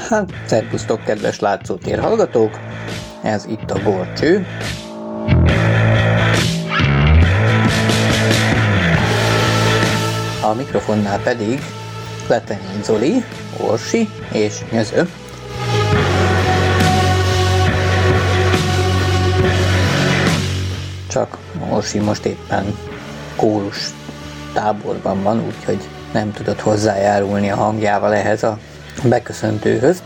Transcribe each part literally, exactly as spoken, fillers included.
Hát, szervusztok, kedves látszótér hallgatók! Ez itt a Górcső. A mikrofonnál pedig Letenyi Zoli, Orsi és Nyöző. Csak Orsi most éppen kórus táborban van, úgyhogy nem tudott hozzájárulni a hangjával ehhez a beköszöntőhöz.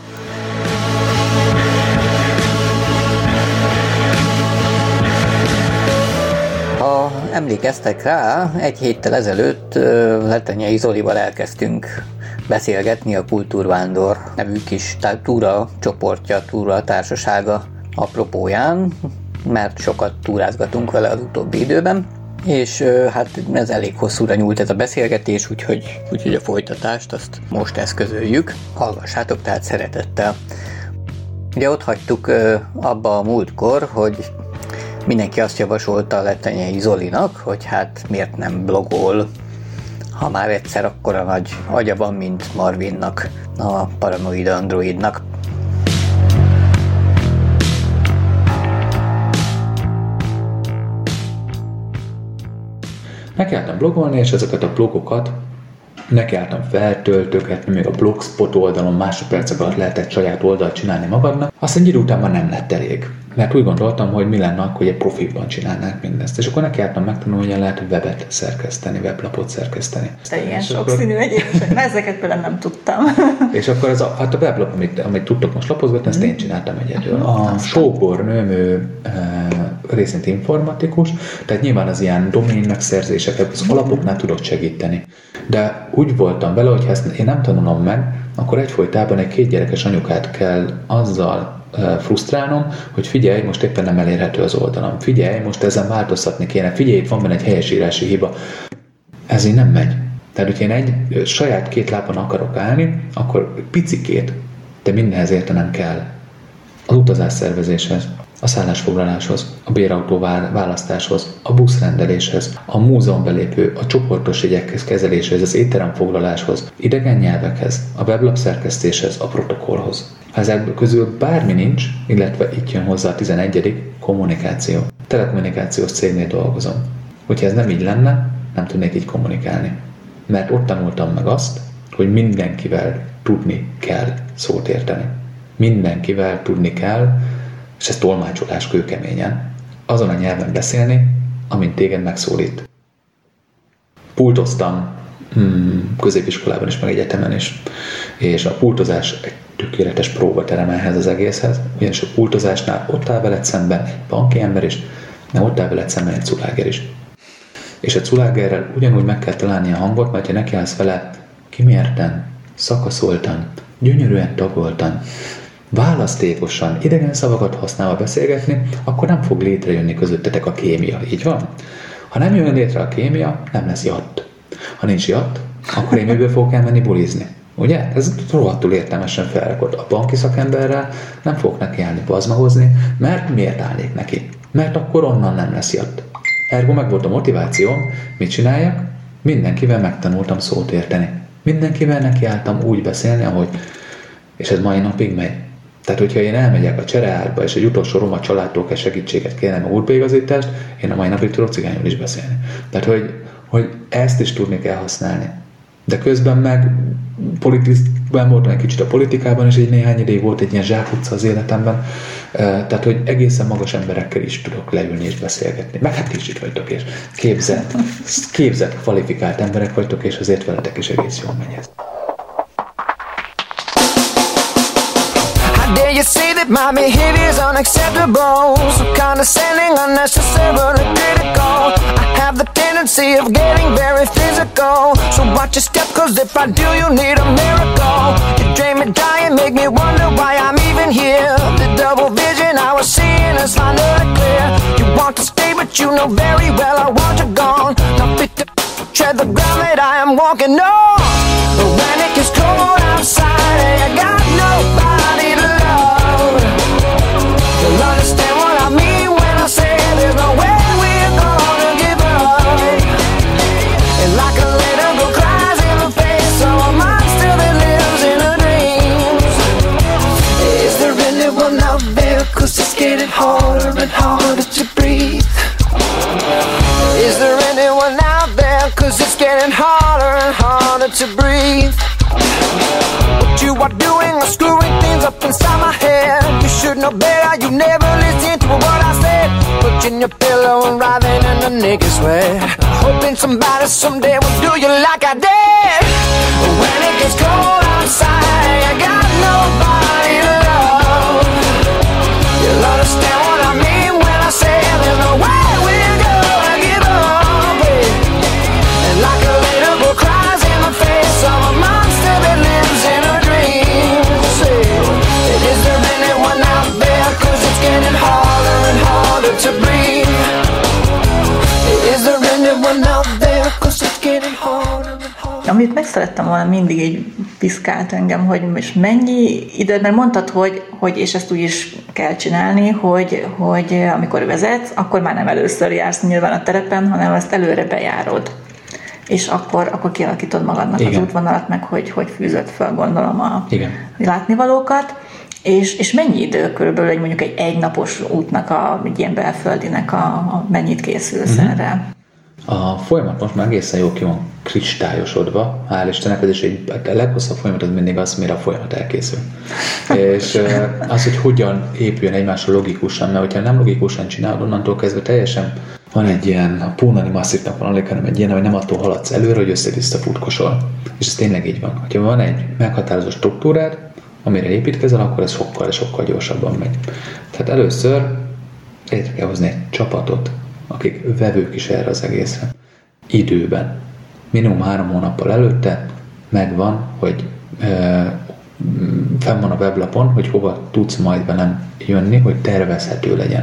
Ha emlékeztek rá, egy héttel ezelőtt Letenyei Zolival elkezdtünk beszélgetni a Kultúrvándor nevű kis túra csoportja, túra társasága apropóján, mert sokat túrázgatunk vele az utóbbi időben, és hát ez elég hosszúra nyúlt ez a beszélgetés, úgyhogy, úgyhogy a folytatást azt most eszközöljük. Hallgassátok tehát szeretettel. Ugye ott hagytuk abba a múltkor, hogy mindenki azt javasolta Letenyei Zolinak, hogy hát miért nem blogol, ha már egyszer akkora nagy agya van, mint Marvinnak, a paranoid androidnak. Nekiálltam blogolni, és ezeket a blogokat nekiálltam feltöltögetni, még a Blogspot oldalon másodpercek alatt lehetett saját oldalt csinálni magadnak. Aztán egy idő után már nem lett elég, mert úgy gondoltam, hogy mi lenne akkor, hogy egy profilban csinálnánk mindezt. És akkor nekiálltam megtanulni, hogy lehet webet szerkeszteni, weblapot szerkeszteni. Te ilyen sokszínű egyébként, ezeket például nem tudtam. És akkor ez a, hát a weblap, amit, amit tudtok most lapozgatni, ezt én csináltam egyedül. A sógornőm, ő e, részint informatikus, tehát nyilván az ilyen domain megszerzéseket, az alapoknál tudott segíteni. De úgy voltam vele, hogy ha ezt én nem tanulom meg, akkor egyfolytában egy kétgyerekes anyukát kell azzal e, frusztrálnom, hogy figyelj, most éppen nem elérhető az oldalam. Figyelj, most ezen változtatni kéne. Figyelj, itt van benne egy helyesírási hiba. Ez így nem megy. Tehát, hogyha én egy saját két lábon akarok állni, akkor picikét, de mindenhez értenem kell. Az utazásszervezéshez, a szállásfoglaláshoz, a bérautó választáshoz, a buszrendeléshez, a múzeum belépő, a csoportos jegyek kezeléséhez, az étteremfoglaláshoz, idegen nyelvekhez, a weblap szerkesztéshez, a protokollhoz. Ha ezek közül bármi nincs, illetve itt jön hozzá a tizenegyedik kommunikáció. Telekommunikációs cégnél dolgozom. Hogyha ez nem így lenne, nem tudnék így kommunikálni. Mert ott tanultam meg azt, hogy mindenkivel tudni kell szót érteni. Mindenkivel tudni kell, és ez tolmácsolás kőkeményen, azon a nyelven beszélni, amint téged megszólít. Pultoztam hmm, középiskolában is, meg egyetemen is, és a pultozás egy tökéletes próbaterem ehhez az egészhez, ugyanis a pultozásnál ott áll veled szemben egy banki ember is, de ott áll veled szemben egy culáger is. És a culágerrel ugyanúgy meg kell találni a hangot, mert ha nekiállsz vele kimérten, szakaszoltan, gyönyörűen tagoltan, választékosan, idegen szavakat használva beszélgetni, akkor nem fog létrejönni közöttetek a kémia. Így van? Ha nem jön létre a kémia, nem lesz jatt. Ha nincs jatt, akkor én miből fogok elmenni bulizni. Ugye? Ez rohadtul értelmesen felrakott. A banki szakemberrel nem fogok nekiállni plazmahozni, mert miért állnék neki? Mert akkor onnan nem lesz jatt. Ergo meg volt a motivációm, mit csináljak? Mindenkivel megtanultam szót érteni. Mindenkivel nekiálltam úgy beszélni, ahogy, és ez mai napig megy. Tehát, hogyha én elmegyek a csereárba, és egy utolsó roma családtól kell segítséget kérnem a útbeigazítást, én a mai napig tudok cigányul is beszélni. Tehát, hogy, hogy ezt is tudni kell használni. De közben meg politikában voltam egy kicsit a politikában, és egy néhány ideig volt egy ilyen zsákutca az életemben. Tehát, hogy egészen magas emberekkel is tudok leülni és beszélgetni. Meg hát kicsit vagytok, és képzett, képzett, kvalifikált emberek vagytok, és azért veletek is egész jól megy ez. You say that my behavior is unacceptable, so condescending, unnecessarily critical. I have the tendency of getting very physical, so watch your step, cause if I do, you need a miracle. You drain me dry and make me wonder why I'm even here. The double vision I was seeing is finally clear. You want to stay, but you know very well I want you gone. Not fit to tread the ground that I am walking on. But when it gets cold outside and you got nobody to love, you'll understand what I mean when I say there's no way we're gonna give up. And like a little girl cries in the face of a monster that lives in her dreams. getting harder and harder to breathe. What you are doing is screwing things up inside my head. You should know better, you never listen to what I said. Putting your pillow and writhing in the naked sweat, hoping somebody someday will do you like I did. When it gets cold outside, I got nobody to love. You'll understand what I mean when I say there's no way we're gonna give up, yeah. And like a little girl cries in my face, I'm a monster that lives in a dream. Say, is there anyone out there? Cause it's getting harder and harder to breathe. Is there anyone out there? Cause it's getting harder and harder. Amit meg szerettem volna, mindig így piszkált engem, hogy most mennyi időt, mert mondtad, hogy, hogy és ezt úgy is kell csinálni, hogy, hogy amikor vezetsz, akkor már nem először jársz nyilván a terepen, hanem ezt előre bejárod. És akkor, akkor kialakítod magadnak Igen. az útvonalat, meg hogy, hogy fűzöd fel, gondolom, a Igen. látnivalókat. És, és mennyi idő körülbelül, egy mondjuk egy egynapos útnak, a, egy ilyen belföldinek a, a mennyit készülsz mm-hmm. erre? A folyamat most már egészen jó ki van kristályosodva, hál' Istennek, ez is egy, a leghosszabb folyamat az mindig az, mire a folyamat elkészül. És az, hogy hogyan épüljön egymásra logikusan, mert hogyha nem logikusan csinálod, onnantól kezdve teljesen van egy ilyen, a Punani Masszívnak van alig, hanem egy ilyen, hogy nem attól haladsz előre, hogy össze-vissza futkosol. És ez tényleg így van. Ha van egy meghatározó struktúrád, amire építkezel, akkor ez sokkal, sokkal gyorsabban megy. Tehát először létre kell hozni egy csapatot, akik vevők is erre az egészre. Időben. Minimum három hónappal előtte megvan, hogy e, fenn van a weblapon, hogy hova tudsz majd velem jönni, hogy tervezhető legyen.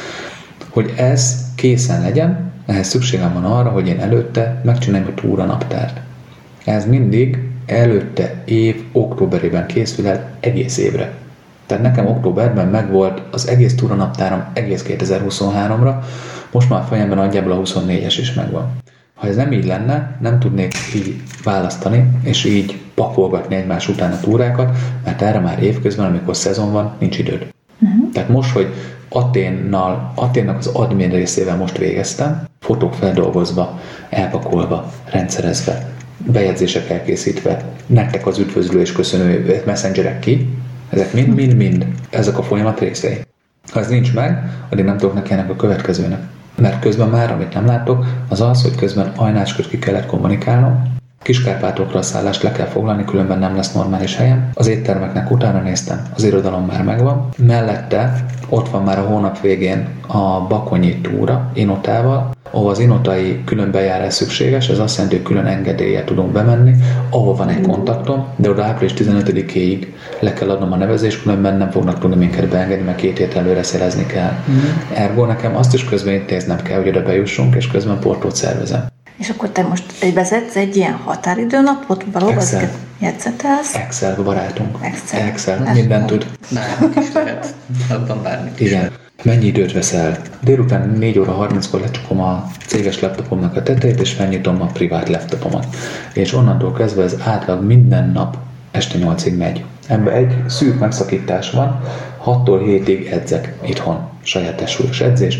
Hogy ez készen legyen, ehhez szükségem van arra, hogy én előtte megcsináljam a túranaptárt. Ez mindig előtte év októberében készül el egész évre. Tehát nekem októberben megvolt az egész túranaptárom egész kétezer-huszonháromra, most már a fejemben nagyjából a huszonnégyes is megvan. Ha ez nem így lenne, nem tudnék így választani, és így pakolgatni egymás után a túrákat, mert erre már évközben, amikor szezon van, nincs időd. Uh-huh. Tehát most, hogy Athénnal, Athénnak az admin részével most végeztem, fotók feldolgozva, elpakolva, rendszerezve, bejegyzések elkészítve, nektek az üdvözlő és köszönő messengerek ki, ezek mind-mind-mind, ezek a folyamat részei. Ha ez nincs meg, addig nem tudok neki ennek a következőnek. Mert közben már, amit nem látok, az az, hogy közben ajnáskört ki kellett kommunikálnom, Kiskárpátokra a szállást le kell foglalni, különben nem lesz normális helyem. Az éttermeknek utána néztem, az irodalom már megvan. Mellette ott van már a hónap végén a Bakonyi túra Inotával, ahol az inotai külön bejárás szükséges, ez azt jelenti, hogy külön engedéllyel tudunk bemenni, ahol van egy kontaktom, de oda április tizenötödikéig le kell adnom a nevezést, különben nem fognak tudni minket beengedni, mert két hét előre szerezni kell. Mm. Ergo nekem azt is közben intéznem kell, hogy oda bejussunk, és közben portót szervezem. És akkor te most egy vezetsz egy ilyen határidőnapot, valóban ezeket jegyzetelsz? Excel barátunk. Excel. Excel. Mindent tud. Nálunk is lehet. Abban bármit is. Igen. Mennyi időt veszel? Délután négy óra harminckor lecsukom a céges laptopomnak a tetejét, és felnyitom a privát laptopomat. És onnantól kezdve ez átlag minden nap este nyolcig megy. Ebben egy szűk megszakítás van, hattól hétig edzek itthon. Saját testsúlyos edzés.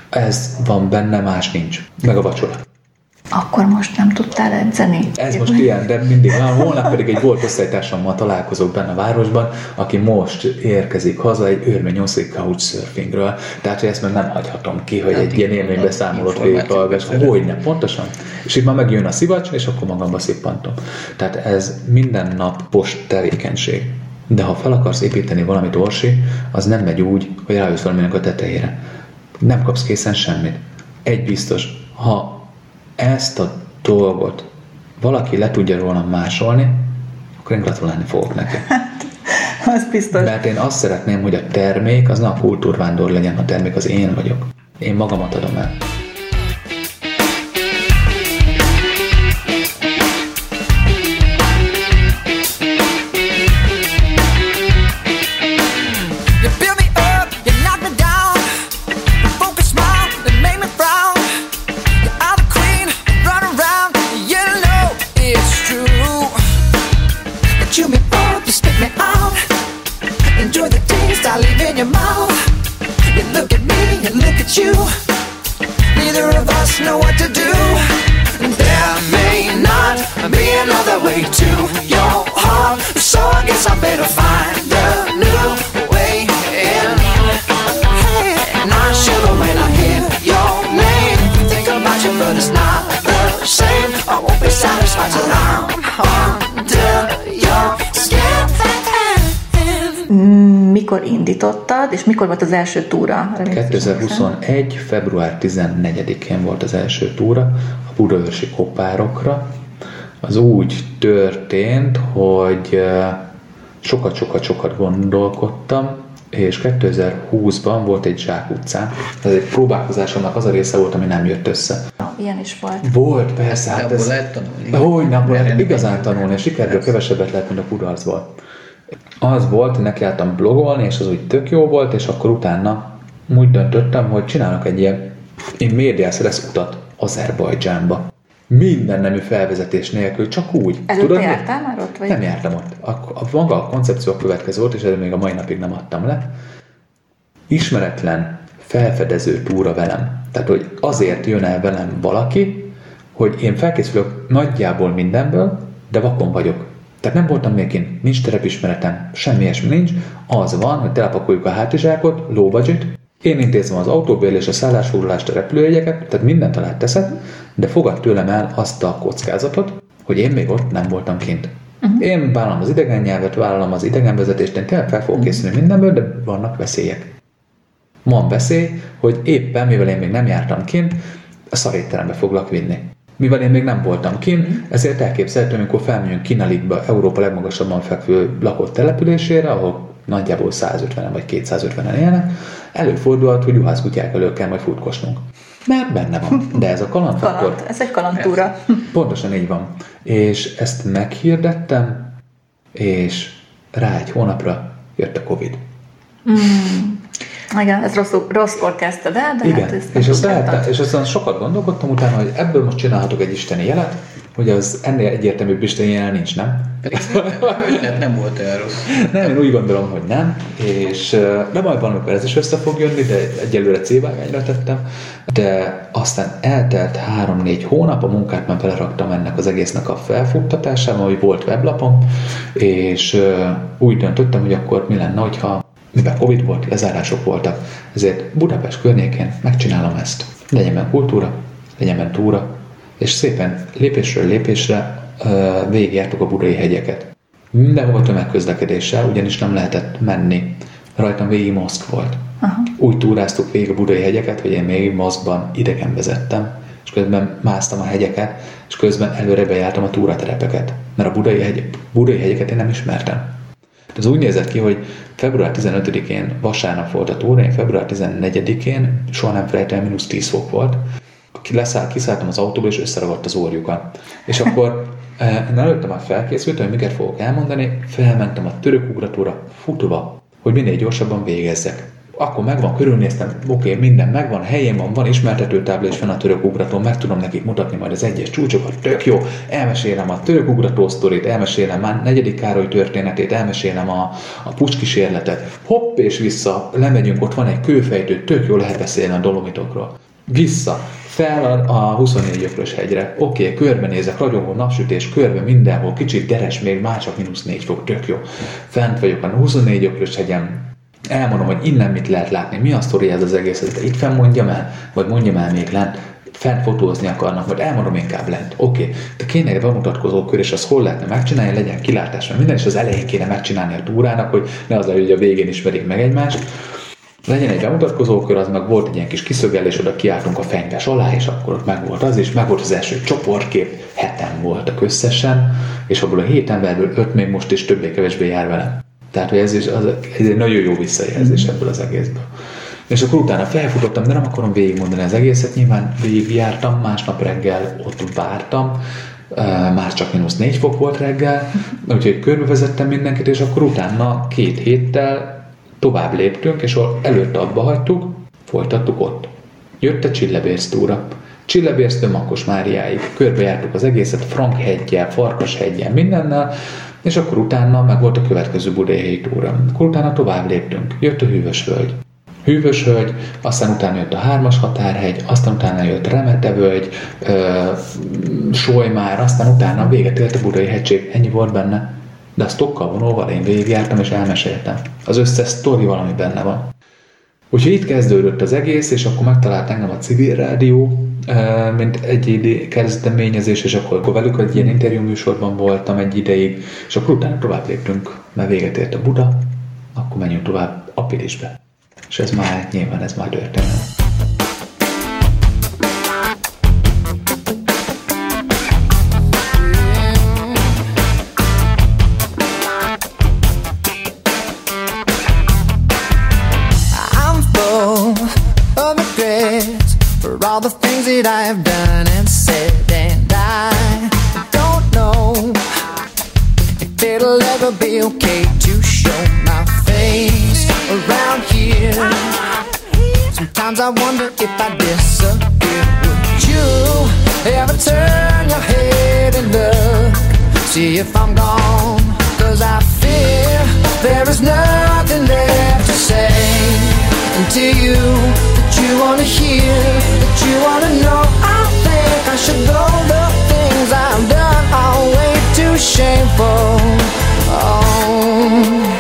Ez van benne, más nincs. Meg a vacsora. Akkor most nem tudtál edzeni? Ez most ilyen, de mindig van. Holnap pedig egy volt osztálytársammal találkozok benne a városban, aki most érkezik haza egy örményországi couchsurfingről. Tehát, hogy ezt meg nem hagyhatom ki, hogy egy ilyen élménybeszámolót végighallgass. Hogyne, pontosan. És itt már megjön a szivacs, és akkor magamba szippantom. Tehát ez minden napos tevékenység. De ha fel akarsz építeni valamit, Orsi, az nem megy úgy, hogy rájössz valaminek a tetejére. Nem kapsz készen semmit. Egy biztos, ha ezt a dolgot valaki le tudja rólam másolni, akkor én gratulálni fogok neki. Az biztos. Mert én azt szeretném, hogy a termék az ne a kultúrvándor legyen, a termék az én vagyok. Én magamat adom el. You, neither of us know what to do. There may not way to your heart. So I guess I better find a new way in. Hey, not sure when I hear your name. Think about you, but it's not the same. I won't be satisfied till I'm under your skin. Mikor indítottad, és mikor volt az első túra? kétezer-huszonegy. február tizennegyedikén volt az első túra a budaörsi kopárokra. Az úgy történt, hogy sokat-sokat-sokat gondolkodtam, és kétezer-húszban volt egy zsákutcán. Ez egy próbálkozásomnak az a része volt, ami nem jött össze. Ilyen is volt. Volt, persze. Hát abból ez... lehet tanulni. Hogy nem lehet igazán tanulni, a sikerből kevesebbet lehet, mint a kudarcból. Az volt, hogy nekiálltam blogolni, és az úgy tök jó volt, és akkor utána úgy döntöttem, hogy csinálok egy ilyen én médiász lesz utat Azerbajdzsánba. Minden nemű felvezetés nélkül, csak úgy. Előtte jártál már ott? Vagy? Nem jártam ott. A, a maga a koncepció a következő volt, és erről még a mai napig nem adtam le. Ismeretlen felfedező túra velem. Tehát, hogy azért jön el velem valaki, hogy én felkészülök nagyjából mindenből, de vakon vagyok. Tehát nem voltam még kint, nincs terepismeretem, semmi ilyesmi nincs. Az van, hogy telepakoljuk a hátizsákot, low budget, én intézem az autóbérlés, a szállásfoglalást, a repülőjegyeket, tehát mindent alá teszed, de fogad tőlem el azt a kockázatot, hogy én még ott nem voltam kint. Uh-huh. Én vállalom az idegen nyelvet, vállalom az idegenvezetést, én tényleg fel fogok készülni mindenből, de vannak veszélyek. Van veszély, hogy éppen, mivel én még nem jártam kint, a szarétterembe foglak vinni. Mivel én még nem voltam kint, ezért elképzelhető, amikor felmegyünk Kinalikba, Európa legmagasabban fekvő lakott településére, ahol nagyjából százötvenen vagy kétszázötvenen élnek, előfordulhat, hogy juhászkutyák elől kell majd futkosnunk. Mert benne van. De ez a kalandfaktor. Kaland, ez egy kalandtúra. Pontosan így van. És ezt meghirdettem, és rá egy hónapra jött a Covid. Mm. Igen, ez rossz, rosszkor kezdted el, de igen. hát ezt és, azt lehet, és aztán sokat gondolkodtam utána, hogy ebből most csinálhatok egy isteni jelet, hogy az ennél egyértelműbb isteni jel nincs, nem? Hát nem volt olyan rossz. Nem, én úgy gondolom, hogy nem, és de majd valamikor ez is össze fog jönni, de egyelőre célvágányra tettem, de aztán eltelt három-négy hónap, a munkát már beleraktam ennek az egésznek a felfuttatásában, hogy volt weblapom, és úgy döntöttem, hogy akkor mi lenne, hogyha mivel Covid volt, lezárások voltak, ezért Budapest környékén megcsinálom ezt. Legyen benne kultúra, legyen benne túra, és szépen lépésről lépésre uh, végigjártuk a budai hegyeket. Mindenhova tömegközlekedéssel, ugyanis nem lehetett menni. Rajtam végig maszk volt. Aha. Úgy túráztuk végig a budai hegyeket, hogy én még maszkban idegen vezettem, és közben másztam a hegyeket, és közben előre bejártam a túraterepeket, mert a budai, hegy, budai hegyeket én nem ismertem. Ez úgy nézett ki, hogy február tizenötödikén vasárnap volt a túra, én február tizennegyedikén soha nem felejtem, mínusz tíz fok volt. Leszáll, kiszálltam az autóba, és összeragadt az orjukat. És akkor én előttem már felkészültem, hogy miket fogok elmondani, felmentem a törökugratóra futva, hogy minél gyorsabban végezzek. Akkor megvan, körülnéztem, oké, okay, minden megvan, helyén van, van ismertetőtábla és van a törökugrató, meg tudom nekik mutatni majd az egyes csúcsokat, tök jó, elmesélem a törökugrató sztorit, elmesélem már negyedik Károly történetét, elmesélem a, a pucskísérletet, hopp és vissza, lemegyünk, ott van egy kőfejtő, tök jó, lehet beszélni a Dolomitokról. Vissza, fel a huszonnégy ökrös hegyre, oké, okay, körbenézek, ragyogó napsütés, körbe mindenhol, kicsit deres, még már csak mínusz négy fok, tök jó. Fent vagyok a huszonnégy ökrös hegyen, elmondom, hogy innen mit lehet látni, mi a sztori ez az egész, de itt fenn mondjam el, vagy mondjam el még lent, fent fotózni akarnak, vagy elmondom inkább lent. Oké, okay. De kéne egy bemutatkozókör, és az hol lehetne megcsinálni, legyen kilátás, mert minden is az elején kéne megcsinálni a túrának, hogy ne az legyen, hogy a végén ismerik meg egymást. Legyen egy bemutatkozókör, az meg volt egy ilyen kis kiszögelés, oda kiálltunk a fenyves alá, és akkor ott meg volt az, és meg volt az első csoportkép, heten voltak összesen, és abból a hét emberből öt még most is többé-kevésbé jár velem. Tehát, hogy ez, is, az, ez egy nagyon jó visszajelzés ebből az egészből. És akkor utána felfutottam, de nem akarom végigmondani az egészet, nyilván végigjártam, másnap reggel ott vártam, már csak mínusz négy fok volt reggel, úgyhogy körbevezettem mindenkit, és akkor utána két héttel tovább léptünk, és ahol előtte abba hagytuk, folytattuk ott. Jött a Csillebérctúra. Csillebérctől Makosmáriáig. Körbejártuk az egészet Frankheggyel, Farkasheggyel, mindennel, és akkor utána meg volt a következő budai túra. Akkor utána tovább léptünk. Jött a Hűvösvölgy. Hűvös völgy, aztán utána jött a hármas határhegy, aztán utána jött Remete völgy, Solymár, aztán utána véget ért a Budai hegység. Ennyi volt benne. De a stokkal vonóval én végigjártam és elmeséltem. Az összes sztori valami benne van. Úgyhogy itt kezdődött az egész, és akkor megtalált engem a civil rádió, mint egy kezdeményezés, és akkor velük egy ilyen interjú műsorban voltam egy ideig, és akkor utána tovább léptünk, mert véget ért a Buda, akkor menjünk tovább Apilisbe. És ez már nyilván, ez már történet. All the things that I have done and said, and I don't know if it'll ever be okay to show my face around here. Sometimes I wonder if I disappear. Would you ever turn your head and look, see if I'm gone? Cause I fear there is nothing left to say. And to you, that you wanna hear, that you wanna know, I think I should go. The things I've done are way too shameful. Oh,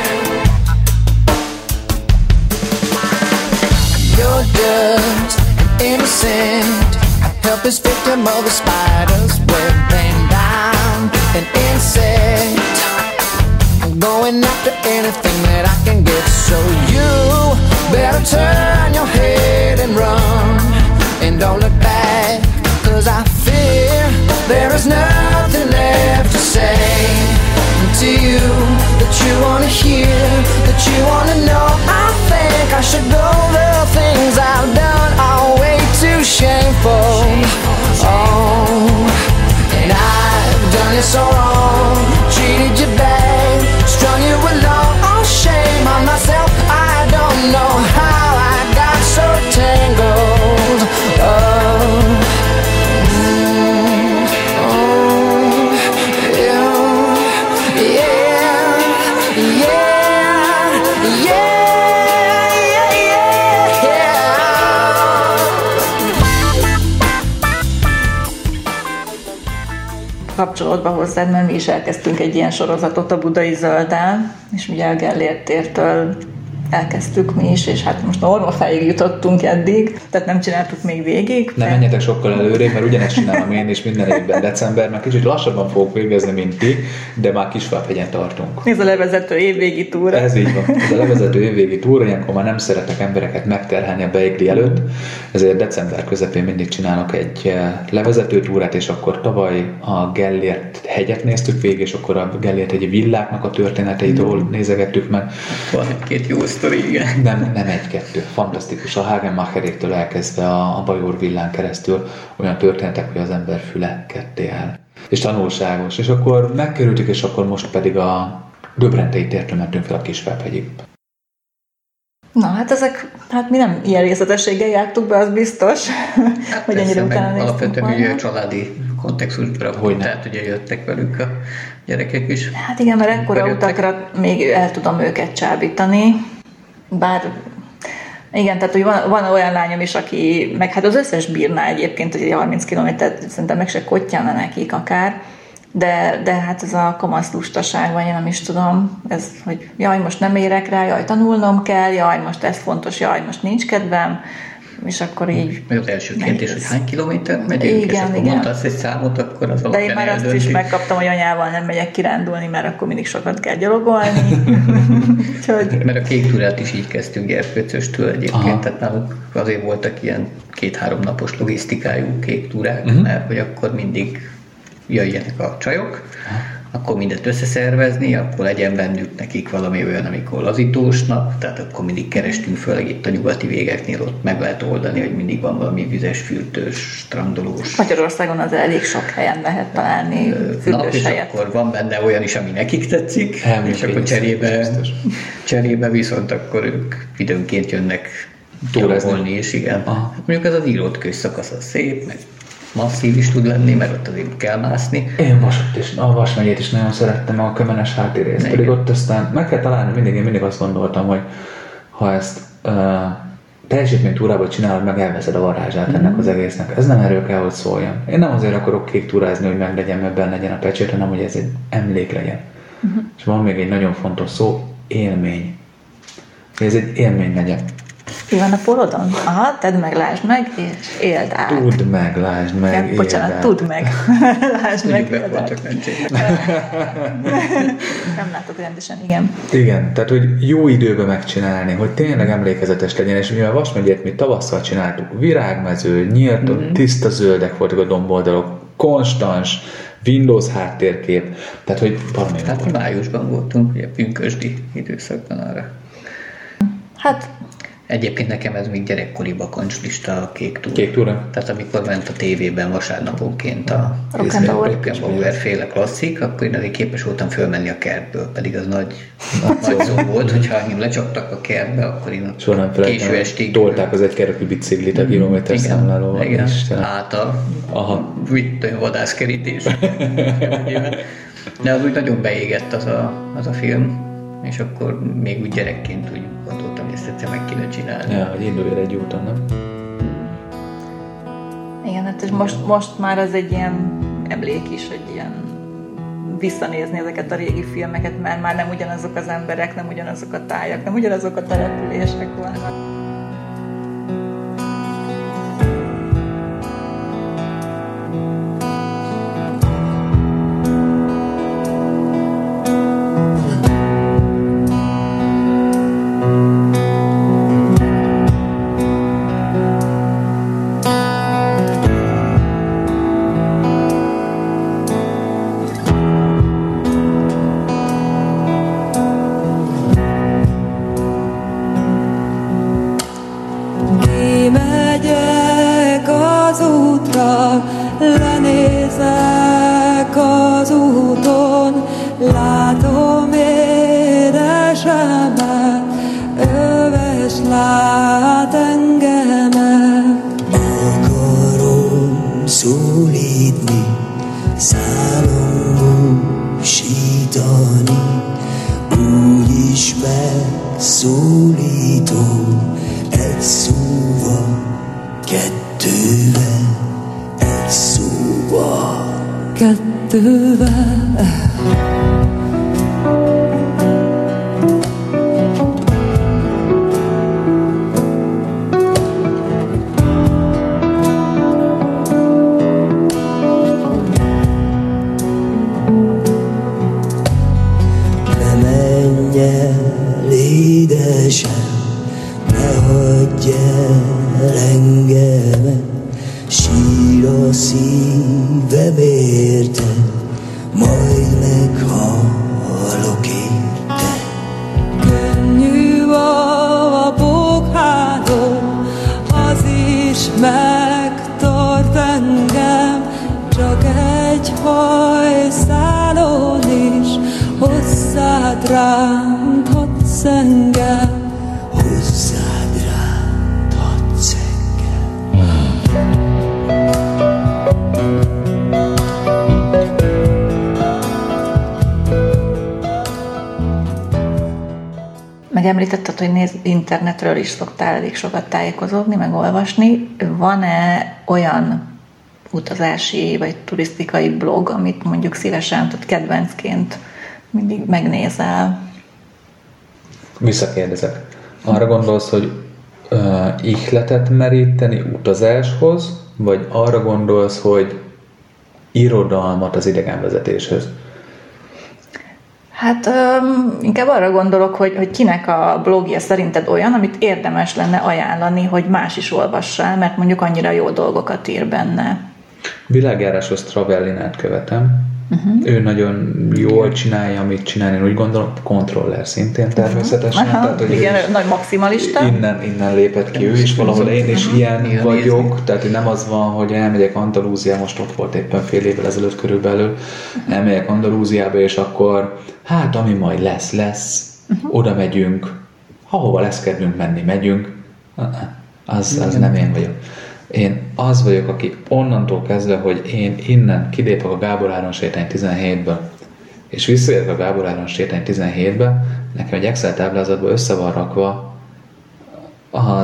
you're just innocent, a helpless victim of a spider's web, and I'm an insect, going after anything that I can get. So you better turn your head and run, and don't look back, cause I fear there is nothing left to say. And to you, that you wanna hear, that you wanna know, I think I should go. The things I've done are way too shameful. Oh, and I've done it so wrong, treated you bad, strung you along. Oh, shame on myself, I don't know how I got so tangled. Oh, mm, oh, yeah, yeah, yeah, yeah, yeah, yeah. Kapcsolatba hozzád, mert mi is elkezdtünk egy ilyen sorozatot a Budai Zölddel, és ugye a Gellért tértől elkezdtük mi is, és hát most Normafáig jutottunk eddig, tehát nem csináltuk még végig. Nem menjetek sokkal előrébb, mert ugyanezt csinálom én is minden évben decemberben. Kicsit lassabban fogok végezni, mint ti, de már Kisvábhegyen tartunk. Ez a levezető évvégi túra. Ez így van. Ez a levezető évvégi túra, ilyenkor már nem szeretek embereket megterhelni a beigli előtt, ezért december közepén mindig csinálok egy levezető túrát, és akkor tavaly a Gellért hegyet néztük végig, és akkor a Gellért hegyi villáknak a történeteit mm. nézegettük meg. Van egy-két jó sztori, igen. Nem, nem egy-kettő. Fantasztikus. A Hagenmacheréktől elkezdve a, a Bajor villán keresztül olyan történetek, hogy az ember füle ketté áll. És tanulságos. És akkor megkerültük, és akkor most pedig a Döbrentei tértől mentünk fel a Kisvábhegyig. Na, hát ezek, hát mi nem ilyen részletességgel jártuk be, az biztos, hát hogy ennyire utána néztünk. Alapvetően ugye a családi kontextusra, hogy tehát ugye jöttek velük a gyerekek is. Hát igen, mert ekkora utakra még el tudom őket csábítani, bár igen, tehát hogy van, van olyan lányom is, aki, meg hát az összes bírná egyébként, hogy harminc kilométert szerintem meg se kottyana nekik akár, de, de hát ez a kamasz lustaság van, én nem is tudom, ez, hogy jaj, most nem érek rá, jaj, tanulnom kell, jaj, most ez fontos, jaj, most nincs kedvem, és akkor így... Meg az első kérdés, hogy hány kilométert megyünk, igen, és akkor igen. mondtasz egy számot, akkor az de én már azt is megkaptam, hogy anyával nem megyek kirándulni, mert akkor mindig sokat kell gyalogolni. Úgyhogy... Mert a kék túrát is így kezdtünk Gyerkőcöstől egyébként, aha. Tehát náluk azért voltak ilyen két-három napos logisztikájú kék túrák, uh-huh. mert hogy akkor mindig jöjjenek a csajok, akkor mindent összeszervezni, akkor legyen bennük nekik valami olyan, amikor lazítós nap, tehát akkor mindig kerestünk, főleg itt a nyugati végeknél, ott meg lehet oldani, hogy mindig van valami vizes, fürtős, strandolós. Magyarországon az elég sok helyen lehet találni fürdős és helyet. akkor van benne olyan is, ami nekik tetszik, elmondjuk, és akkor cserébe, cserébe viszont akkor ők időnként jönnek gyalogolni is, igen. Aha. Mondjuk ez az írott közszakasz az szép, meg masszív is tud lenni, mert ott azért kell mászni. Én Vasat is, a Vas megyét is nagyon szerettem, a Kömenes háttérész. Pedig ott aztán meg kell találni, mindig, én mindig azt gondoltam, hogy ha ezt uh, teljesítménytúrából csinálod, meg elveszed a varázsát ennek az egésznek. Ez nem erről kell, hogy szóljon. Én nem azért akarok kék túrázni, hogy meglegyen, mert benne legyen a pecsét, hanem hogy ez egy emlék legyen. Uh-huh. És van még egy nagyon fontos szó, élmény. Ez egy élmény legyen. Mi van a polodon? Aha, tedd meg, lásd meg, és éld át. Tudd meg, lásd meg, ja, éld bocsánat, át. tudd meg, lásd meg, éld át. Nem látok rendesen, igen. Igen, tehát hogy jó időben megcsinálni, hogy tényleg emlékezetes legyen, és mivel Vas megyét mi tavasszal csináltuk, virágmező, nyílt, mm-hmm. tiszta zöldek voltak a domboldalok, konstans, Windows háttérkép, tehát hogy valami hát volt. Májusban voltunk, ugye pünkösdi időszakban arra. Hát egyébként nekem ez még gyerekkori bakancslista a kék túra. Kék túra? Tehát amikor ment a tévében vasárnaponként a Rock and Roll. Rock and Roll féle klasszik, akkor én azért képes voltam fölmenni a kertből, pedig az nagy, nagy szó volt, hogyha lecsaptak a kertbe, akkor én késő estig tolták az egykerekű biciklit a kilométer számlálóval. Igen, igen. át a vadászkerítés. De az úgy nagyon beégett az a, az a film, és akkor még úgy gyerekként úgy gondoltam, hogy ezt egyszer meg kéne csinálni. Ja, hogy indulj egy úton, nem? Igen, hát és most, most már az egy ilyen emlék is, hogy ilyen visszanézni ezeket a régi filmeket, mert már nem ugyanazok az emberek, nem ugyanazok a tájak, nem ugyanazok a települések vannak. Lenézek az úton, látom édesemet, öves lát engemet. Akarom szólítni, szálom sítani, úgyis megszólítom, egy szóval, kettővel. Kettővel. Ne menj el, édesem, ne hagyj el engemet, sír a szívem érte, majd meghalok érte. Könnyű a boghádom, az is megtart engem, csak egy hajszálon is hozzád ránthatsz engem. Hozzád ránthatsz engem. Megemlítetted, hogy néz, internetről is szoktál elég sokat tájékozódni, meg olvasni. Van-e olyan utazási vagy turisztikai blog, amit mondjuk szívesen, tehát kedvencként mindig megnézel? Visszakérdezek. Arra gondolsz, hogy uh, ihletet meríteni utazáshoz, vagy arra gondolsz, hogy irodalmat az idegenvezetéshez? Hát öm, inkább arra gondolok, hogy, hogy kinek a blogja szerinted olyan, amit érdemes lenne ajánlani, hogy más is olvassál, mert mondjuk annyira jó dolgokat ír benne. Világjáráshoz Travellinát követem. Uh-huh. Ő nagyon jól csinálja, amit csinál, én úgy gondolom, kontroller szintén természetesen. Uh-huh. Aha, tehát, hogy igen, nagy maximalista. Innen, innen lépett ki ő is, valahol én is uh-huh. ilyen igen, vagyok, nézni. Tehát hogy nem az van, hogy elmegyek Andalúzia, most ott volt éppen fél évvel ezelőtt körülbelül, uh-huh. elmegyek Andalúziába, és akkor hát ami majd lesz, lesz, uh-huh. oda megyünk, ahova lesz kedvünk menni, megyünk, uh-uh. az, az nem én vagyok. Én az vagyok, aki onnantól kezdve, hogy én innen kilépek a Gábor Áron sétány tizenhétből, és visszaérek a Gábor Áron sétány tizenhétbe, nekem egy Excel táblázatban össze van rakva az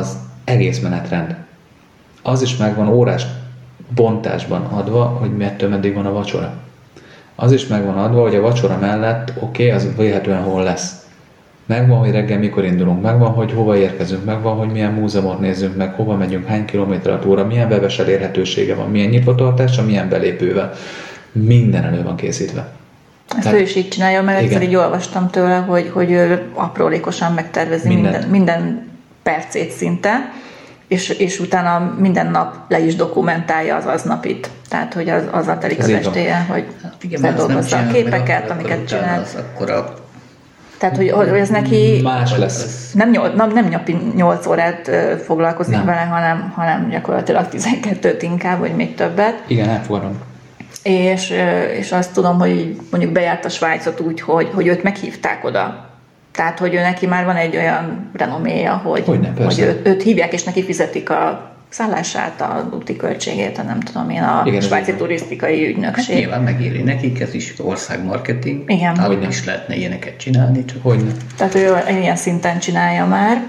egész menetrend. Az is megvan órás bontásban adva, hogy mettől meddig van a vacsora. Az is megvan adva, hogy a vacsora mellett oké, okay, az véletlenül hol lesz. Megvan, hogy reggel mikor indulunk, megvan, hogy hova érkezünk, megvan, hogy milyen múzeumot nézzünk meg, hova megyünk, hány kilométer a túra, milyen webes elérhetősége van, milyen nyitvatartása, milyen belépővel. Minden elő van készítve. Ezt Tehát, ő is így csinálja, mert egyszer így olvastam tőle, hogy, hogy ő aprólékosan megtervezi minden, minden percét szinte, és, és utána minden nap le is dokumentálja az aznapit. Tehát, hogy az, azzal telik az estéje, hogy feldolgozza a képeket, amiket csinál. Akkor a Tehát, hogy, hogy ez neki más lesz. Nem, nyolc, nem, nem napi nyolc órát foglalkozik nem. vele, hanem, hanem gyakorlatilag tizenkettőt inkább, vagy még többet. Igen, elfogadom. És, és azt tudom, hogy mondjuk bejárt a Svájcot úgy, hogy, hogy őt meghívták oda. Tehát, hogy ő neki már van egy olyan renoméja, hogy, Hogyne, hogy őt, őt hívják, és neki fizetik a szállását, a úti költségét, a nem tudom én, a Igen, svájci turisztikai ügynökség. Hát nyilván megéri nekik, ez is országmarketing. Igen. Hogy is lehetne ilyeneket csinálni, csak Hogyne. Tehát ő ilyen szinten csinálja már.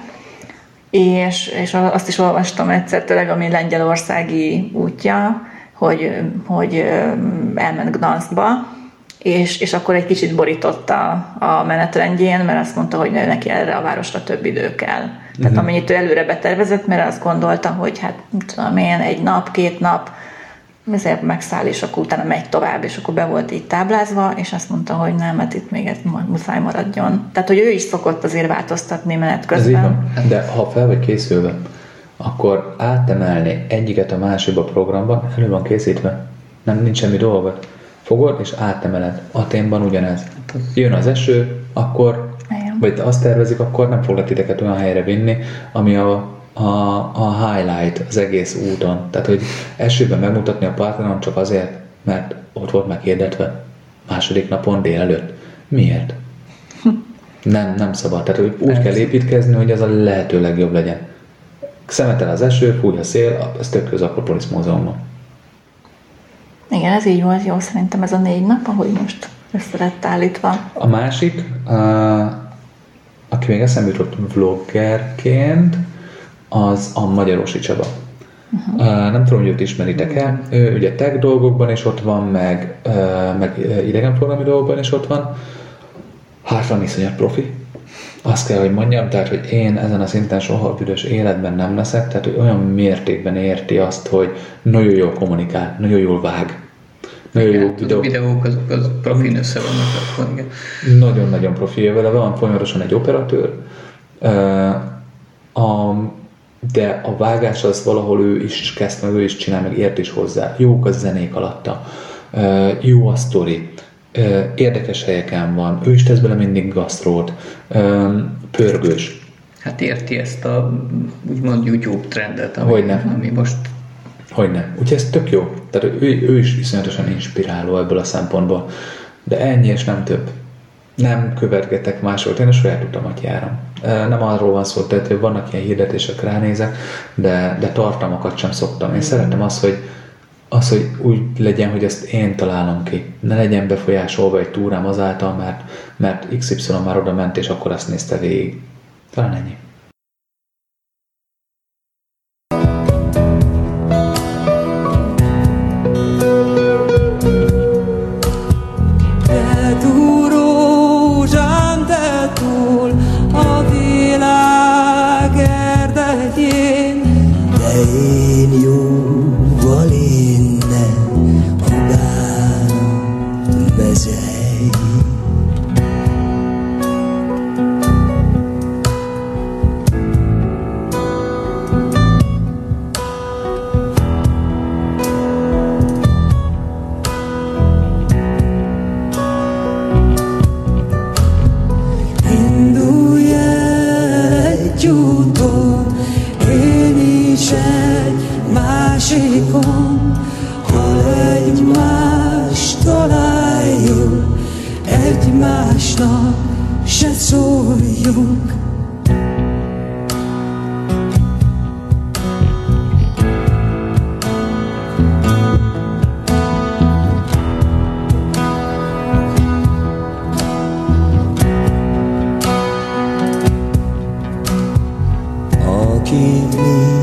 És, és azt is olvastam egyszer tőleg, ami lengyelországi útja, hogy, hogy elment Gdanskba, és, és akkor egy kicsit borította a menetrendjén, mert azt mondta, hogy neki erre a városra több idő kell. Tehát uh-huh. amennyit ő előre betervezett, mert azt gondolta, hogy hát tudom én, egy nap, két nap, ezért megszáll, és akkor utána megy tovább, és akkor be volt így táblázva, és azt mondta, hogy nem, hát itt még ez muszáj maradjon. Tehát, hogy ő is szokott azért változtatni menet közben. De ha fel vagy készülve, akkor átemelni egyiket a másikba programban, elő van készítve. Nem, nincs semmi dolga. Fogod és átemeled. Aténban ugyanez. Jön az eső, akkor, igen. vagy azt tervezik, akkor nem foglak titeket olyan helyre vinni, ami a, a, a highlight az egész úton. Tehát, hogy esőben megmutatni a Parthenon csak azért, mert ott volt meghirdetve második napon délelőtt. Miért? nem, nem szabad. Tehát, hogy úgy kell építkezni, hogy az a lehető legjobb legyen. Szemetel az eső, fúj a szél, ez tök az Akropolis Múzeumban. Igen, ez így volt jó, szerintem ez a négy nap, ahogy most össze lett állítva. A másik, uh, aki még eszembe jutott vloggerként, az a Magyarósi Csaba. Uh-huh. Uh, nem tudom, hogy őt ismeritek-e. Ő ugye tech dolgokban is ott van, meg, uh, meg idegenforgalmi dolgokban is ott van. Hát van iszonyat profi. Azt kell, hogy mondjam, tehát, hogy én ezen a szinten soha büdös életben nem leszek, tehát, hogy olyan mértékben érti azt, hogy nagyon jól kommunikál, nagyon jól vág. Nagyon jó videó. A videók azok az profin össze vannak akkor, igen. Nagyon-nagyon profi, vele van folyamatosan egy operatőr, de a vágás az valahol ő is kezd meg, ő is csinál, meg ért is hozzá. Jók a zenék alatta, jó a sztori. Érdekes helyeken van, ő is tesz bele mindig gasztrót, pörgős. Hát érti ezt a úgymond YouTube trendet, ami, Hogyne. ami most... Hogyne. Úgyhogy ez tök jó. Tehát ő, ő is iszonyatosan inspiráló ebből a szempontból. De ennyi és nem több. Nem követgetek másolt, én a saját utamat járom. Nem arról van szó, tehát hogy vannak ilyen hirdetések, ránézek, de, de tartalmakat sem szoktam. Én szeretem azt, hogy Az, hogy úgy legyen, hogy ezt én találom ki. Ne legyen befolyásolva egy túrám azáltal, mert, mert iksz ipszilon már oda ment, és akkor azt nézte végig. Talán ennyi. Te túl, rózsám, te túl, a világ erdején. De én jóval innen a bánat mezei. Indulj egy úton, én is egy másikon, ha egymást találjuk, egymásnak se szóljunk. Aki mi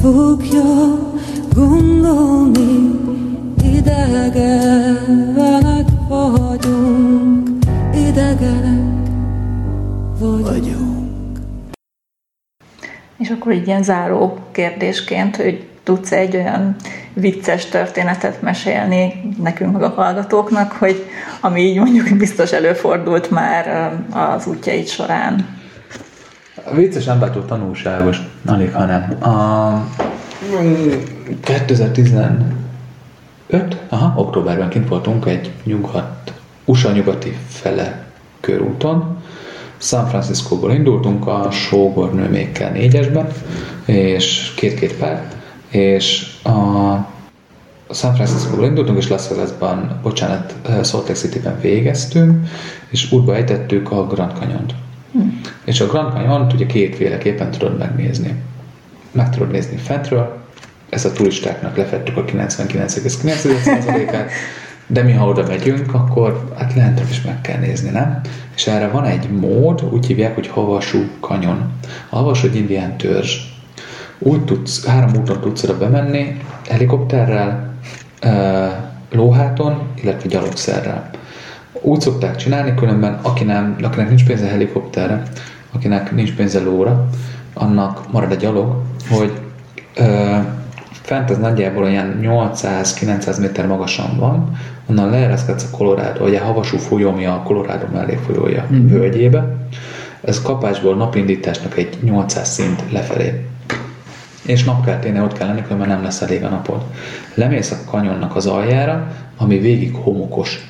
fogja gondolni, idegenek vagyunk, idegenek vagyunk. És akkor így ilyen záró kérdésként, hogy tudsz egy olyan vicces történetet mesélni nekünk, meg a hallgatóknak, hogy ami így mondjuk biztos előfordult már az útjaid során. A vicces nem váltott tanulságos, alig, hanem a kétezer-tizenöt, aha, októberben kint voltunk egy nyugat, u es á nyugati fele körúton. San Franciscóból indultunk a sógornőmékkel négyesben, és két-két pár, és a San Franciscóból indultunk, és Las Vegasban, bocsánat, Salt Lake Cityben végeztünk, és útba ejtettük a Grand Canyont. Hmm. És a Grand Canyont ugye kétféleképpen tudod megnézni. Meg tudod nézni fentről, ezt a turistáknak lefettük a kilencvenkilenc egész kilenc százalékát, de mi ha oda megyünk, akkor hát lentről is meg kell nézni, nem? És erre van egy mód, úgy hívják, hogy Havasú kanyon. A Havasú egy indián törzs. Úgy tudsz, három úton tudsz oda bemenni, helikopterrel, lóháton, illetve gyalogszerrel. Úgy szokták csinálni, különben aki nem, akinek nincs pénze helikopterre, akinek nincs pénze lóra, annak marad a gyalog, hogy ö, fent az nagyjából olyan nyolcszáz-kilencszáz méter magasan van, onnan leereszkedsz a Colorado, vagy a Havasú folyó, ami a Colorado mellé folyója mm. völgyébe. Ez kapásból napindításnak egy nyolcszáz szint lefelé. És napkelténél ott kell lenni, mert nem lesz elég a napod. Lemész a kanyonnak az aljára, ami végig homokos,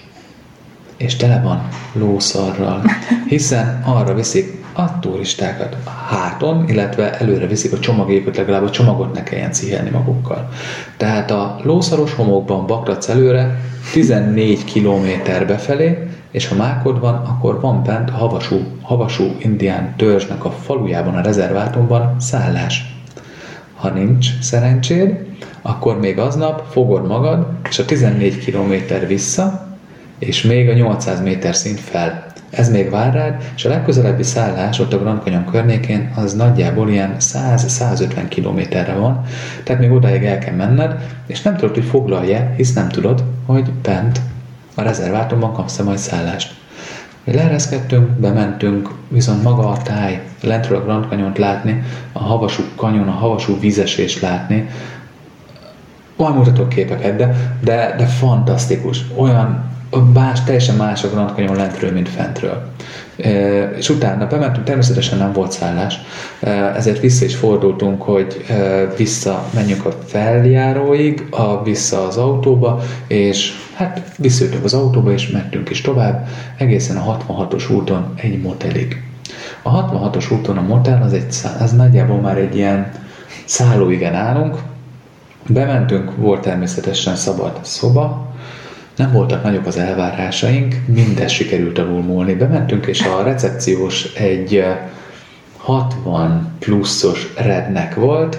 és tele van lószarral, hiszen arra viszik a turistákat háton, illetve előre viszik a csomagjékat, legalább a csomagot ne kelljen cihelni magukkal. Tehát a lószaros homokban bakratsz előre tizennégy kilométer befelé, és ha mákod van, akkor van bent a Havasú, Havasú indián törzsnek a falujában, a rezervátumban szállás. Ha nincs szerencséd, akkor még aznap fogod magad, és a tizennégy kilométer vissza, és még a nyolcszáz méter szint fel. Ez még vár rád, és a legközelebbi szállás ott a Grand Canyon környékén az nagyjából ilyen száz-százötven kilométerre van, tehát még odáig el kell menned, és nem tudod, hogy foglalja, hisz nem tudod, hogy bent a rezervátumban kapsz-e majd szállást. Leereszkedtünk, bementünk, viszont maga a táj, lentről a Grand Canyont látni, a Havasú kanyon, a Havasú vízesést látni, olyan mutatok képeket, de, de, de fantasztikus, olyan más, teljesen más a Grand Canyon lentről, mint fentről. E, és utána bementünk, természetesen nem volt szállás, e, ezért vissza is fordultunk, hogy e, vissza menjünk a feljáróig, a, vissza az autóba, és hát visszajöttünk az autóba, és mentünk is tovább, egészen a hatvanhatos úton egy motelig. A hatvanhatos úton a motel, az, egy, az nagyjából már egy ilyen szállóigen állunk, bementünk, volt természetesen szabad szoba, nem voltak nagyok az elvárásaink, mindez sikerült alulmúlni. Bementünk, és a recepciós egy hatvan pluszos redneck volt.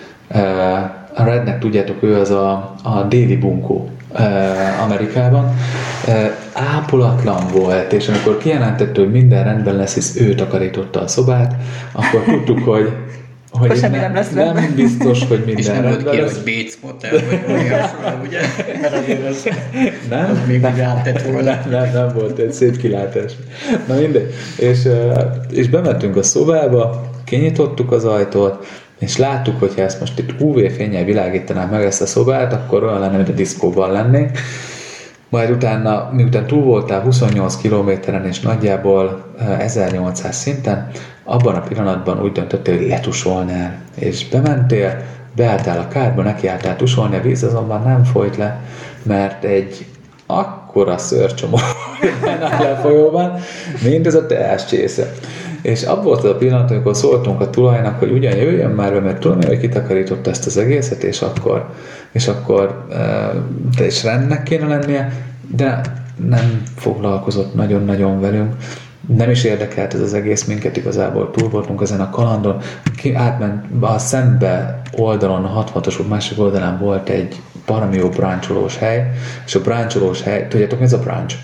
A redneck, tudjátok, ő az a, a déli bunkó Amerikában. Ápolatlan volt, és amikor kijelentett, hogy minden rendben lesz, hisz ő takarította a szobát, akkor tudtuk, hogy hogy nem, nem, lesz nem biztos, hogy minden és nem rendben volt ki, lesz. hogy Béc Motel, vagy olyasra, ugye? Mert azért az, nem? az még úgy rátett volna. Nem, nem, nem volt egy szép kilátás. Na mindegy. És, és bementünk a szobába, kinyitottuk az ajtót, és láttuk, hogy ha ezt most itt ú vé fénnyel világítanánk meg ezt a szobát, akkor olyan lenne, mint a diszkóban lennénk. Majd utána, miután túl voltál huszonnyolc kilométeren és nagyjából ezernyolcszáz szinten, abban a pillanatban úgy döntöttél, hogy letusolnál, és bementél, beálltál a kádba, nekiálltál tusolni, a víz azonban nem folyt le, mert egy akkora szőrcsomó áll a folyóban, mint ez a teáscsésze. És abban volt az a pillanat, amikor szóltunk a tulajnak, hogy ugyan jöjjön már be, mert tudom, hogy kitakarította ezt az egészet, és akkor, és akkor te is rendnek kéne lennie, de nem foglalkozott nagyon-nagyon velünk. Nem is érdekelt ez az egész minket, igazából túl voltunk ezen a kalandon. Ki átment a szembe oldalon, a hatvanhatos út másik oldalán volt egy baromi jó brancsolós hely, és a brancsolós hely, tudjátok mi ez a brunch?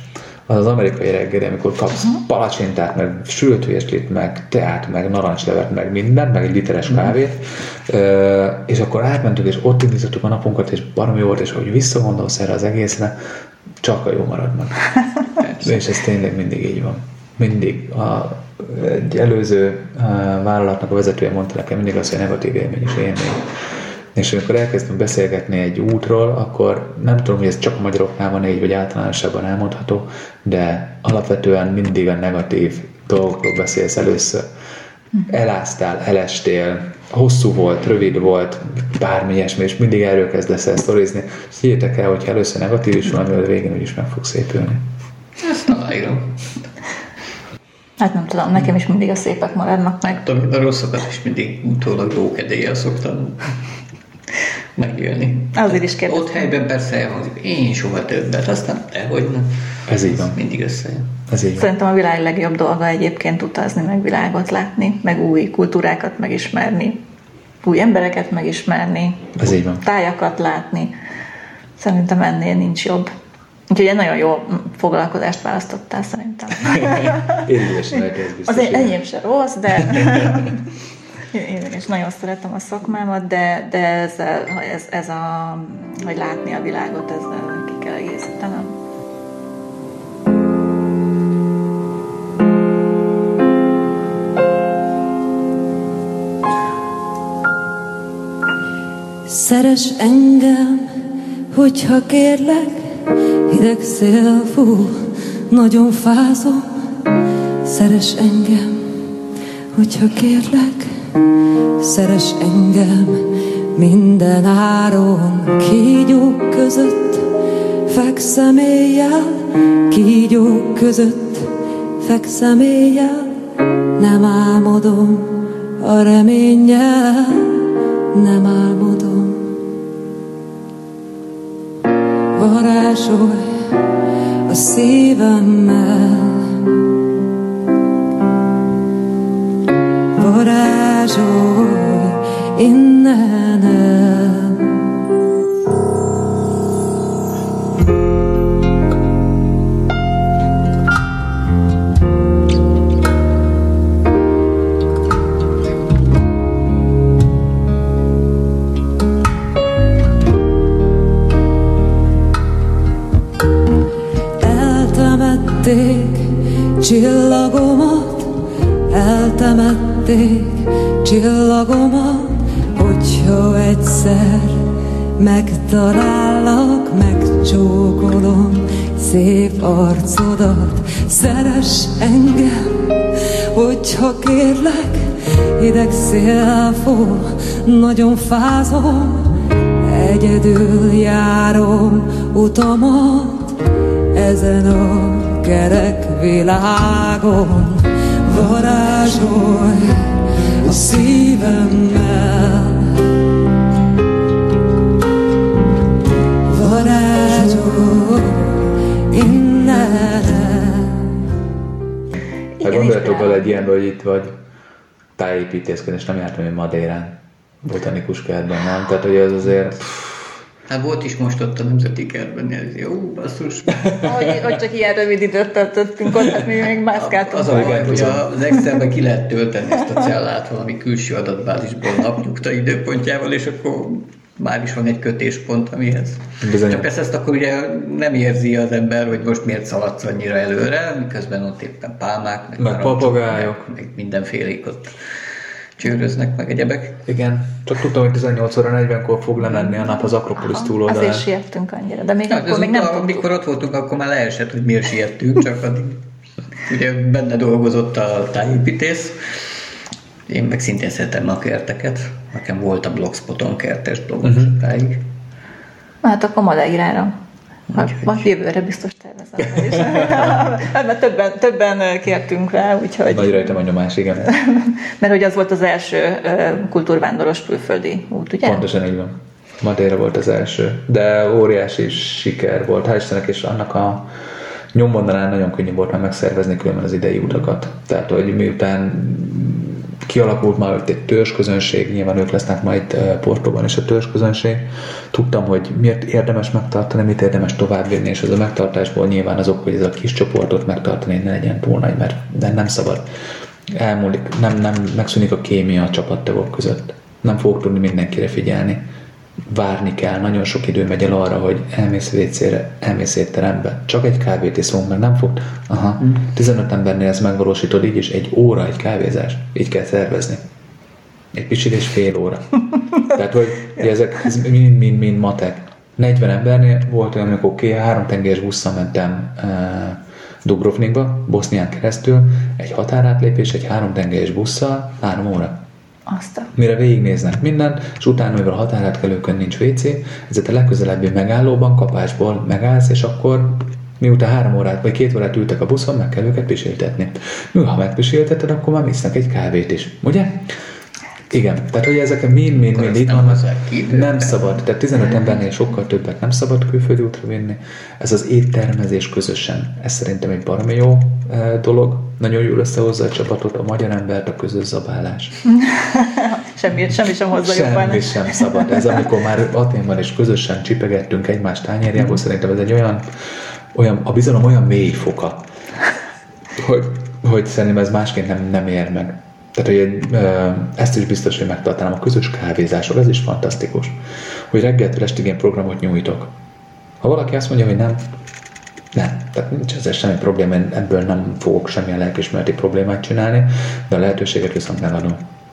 az az amerikai reggeli, amikor kapsz uh-huh. palacsintát, meg sült virslit, meg teát, meg narancslevet, meg mindent, meg egy literes uh-huh. kávét, uh, és akkor átmentünk, és ott indítottuk a napunkat, és baromi volt, és ahogy visszagondolsz erre az egészre, csak a jó marad meg. És ez tényleg mindig így van. Mindig. A, egy előző uh, vállalatnak a vezetője mondta nekem mindig azt, hogy negatív élmény is élmény. És amikor elkezdtünk beszélgetni egy útról, akkor nem tudom, hogy ez csak a magyaroknál van így, vagy általánosabban elmondható, de alapvetően mindig a negatív dolgokról beszélsz először. Eláztál, elestél, hosszú volt, rövid volt, bármi ilyesmi, és mindig erről kezdesz el sztorizni. És higgyétek el, hogy először negatív is valami, a végén úgyis meg fogsz épülni. Ezt aláírom. Hát nem tudom, nekem is mindig a szépek maradnak meg. Tudom, a rosszakat is mindig utólag jókedéllyel szoktam megélni. Azért is kérdeztem. Ott helyben persze elhangzik, én soha többet, aztán dehogy nem. Ez így van. Mindig összejön. Ez így van. Szerintem a világ legjobb dolga egyébként utazni, meg világot látni, meg új kultúrákat megismerni, új embereket megismerni, Ez így van. tájakat látni. Szerintem ennél nincs jobb. Úgyhogy egy nagyon jó foglalkozást választottál szerintem. Érvényesen ez biztos. Az enyém se rossz, de én is nagyon szeretem a szakmámat, de, de ez, ez, ez a, hogy látni a világot, ezzel ki kell egészítenem. Szeress engem, hogyha kérlek, hideg szél fúj, nagyon fázom. Szeress engem, hogyha kérlek, szeress engem minden áron. Kígyók között fekszem éjjel, kígyók között fekszem éjjel. Nem álmodom a reménnyel, nem álmodom. Varázsolj a szívemmel, varázsolj innen el. Eltemették csillagomat, eltemették csillagomat, hogyha egyszer megtalállak, megcsókolom szép arcodat. Szeress engem, hogyha kérlek, hideg szél fúj, nagyon fázom, egyedül járom utamat ezen a kerek világon. Varázsolj a szívemmel, varázsolj innen. Ha gondoljatok bele egy ilyen, hogy itt vagy tájépítészkedés, nem jártam én Madeirán, botanikus kertben, nem? Tehát, hogy ez azért... Hát volt is most ott a Nemzeti Kertben, ez jó, basszus. Hogy, hogy csak ilyen rövid időt töltöttünk ott, hát mi még mászkáltunk. Az a baj, hogy az Excelben ki lehet tölteni ezt a cellát valami külső adatbázisból napnyugta időpontjával, és akkor már is van egy kötéspont, amihez. Bizony. Csak persze ezt akkor ugye nem érzi az ember, hogy most miért szaladsz annyira előre, miközben ott éppen pálmák, meg, meg papagájok, meg, meg mindenfélék ott csőröznek, meg egyebek. Igen, csak tudtam, hogy tizennyolc óra negyvenkor fog lemenni a nap az Akropolis túloldalán. Azért sietünk annyira, de még ja, akkor még nem tudtuk. Amikor ott voltunk, akkor már leesett, hogy miért siettünk, csak addig ugye benne dolgozott a tájépítész. Én meg szintén szeretem a kerteket. Nekem volt a Blogspoton kertes blogom uh-huh. sokáig. Hát akkor Madeirára. Majd jövőre biztos tervezem is. Mert többen, többen kértünk rá, úgyhogy... Nagy rajtam a nyomás, igen. Mert hogy az volt az első kultúrvándoros külföldi út, ugye? Pontosan így van. Madeira volt az első. De óriási siker volt. Hál' Istennek, és annak a nyomvonalán nagyon könnyű volt már megszervezni különben az idei utakat. Tehát, hogy miután kialakult már egy törzsközönség, nyilván ők lesznek majd Portóban is a törzsközönség. Tudtam, hogy miért érdemes megtartani, mit érdemes továbbvinni, és ez a megtartásból nyilván azok, hogy ez a kis csoportot megtartani ne legyen túl nagy, mert de nem szabad. Elmúlik, nem, nem megszűnik a kémia a csapattagok között. Nem fogok tudni mindenkire figyelni. Várni kell, nagyon sok idő megy el arra, hogy elmész vécére, elmész étterembe. Csak egy kávét iszunk, meg nem fog. Aha, tizenöt embernél ezt megvalósítod, így is egy óra, egy kávézás. Így kell szervezni. Egy kicsit és fél óra. Tehát, hogy ezek mind-mind matek. negyven embernél volt olyan, amikor oké, három tengelyes busszal mentem uh, Dubrovnikba, Bosznián keresztül, egy határátlépés, egy három tengelyes busszal, három óra. Aztán. Mire végignéznek mindent, és utána, mivel a határátkelőkön nincs vé cé, ezért a legközelebbi megállóban, kapásból megállsz, és akkor miután három órát vagy két órát ültek a buszon, meg kell őket pisiltetni. Mi, ha megpisilteted, akkor már visznek egy kávét is, ugye? Igen, tehát hogy ezek mind-mind-mind itt van, nem szabad, tehát tizenöt embernél sokkal többet nem szabad külföldi útra vinni. Ez az éttermezés közösen, ez szerintem egy baromi jó e, dolog, nagyon jól összehozza a csapatot, a magyar embert, a közös zabálás. Semmi, semmi sem hozza semmi jobban. Semmi sem szabad. Ez amikor már Athénban is közösen csipegettünk egymás tányérjából, mm. szerintem ez egy olyan, olyan, a bizalom olyan mély foka, hogy, hogy szerintem ez másként nem, nem ér meg. Tehát, hogy ezt is biztos, hogy megtartanám, a közös kávézások, ez is fantasztikus. Hogy reggeltől estig én programot nyújtok. Ha valaki azt mondja, hogy nem, nem. Tehát nincs ezzel semmi probléma, én ebből nem fogok semmilyen lelkiismereti problémát csinálni, de a lehetőséget viszont megadom.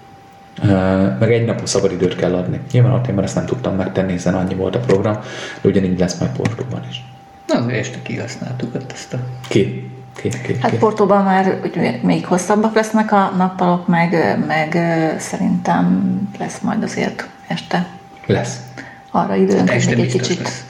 Meg egy napos szabadidőt kell adni. Nyilván Athénban ezt nem tudtam megtenni, hiszen annyi volt a program, de ugyanígy lesz majd Portóban is. Na, azért este kihasználtuk ott ezt a... Ki? Ki, ki, hát ki. Portóban már ugye, még hosszabbak lesznek a nappalok, meg, meg szerintem lesz majd azért este. Lesz. Arra időnk, hát még egy kicsit.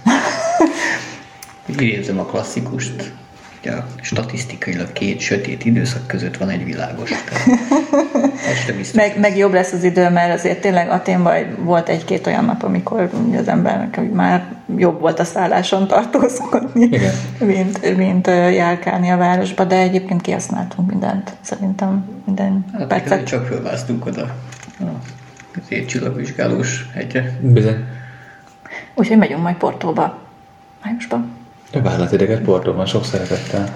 Idézem a klasszikust, hogy a statisztikailag két sötét időszak között van egy világos. Este biztos. Meg, meg jobb lesz az idő, mert azért tényleg Athénban volt egy-két olyan nap, amikor az embernek már jobb volt a szálláson tartózkodni, mint, mint járkálni a városba, de egyébként kihasználtunk mindent, szerintem minden hát, percet. Csak fölváztunk oda az évcsillagvizsgálós hegyre. Bizony. Úgyhogy megyünk majd Portóba, májusban. Várlak titeket Portóban, sok szeretettel.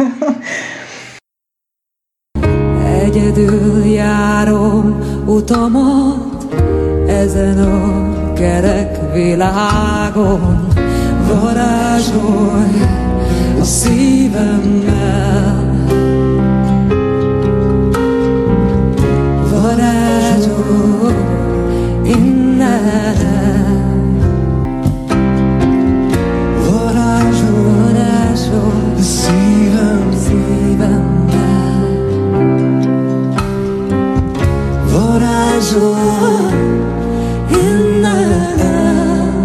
Egyedül járom utamat ezen a kerek világon. Varázsolj a szívemmel, varázsolj innen. Varázsolj a szívem, szívemmel, varázsolj innen.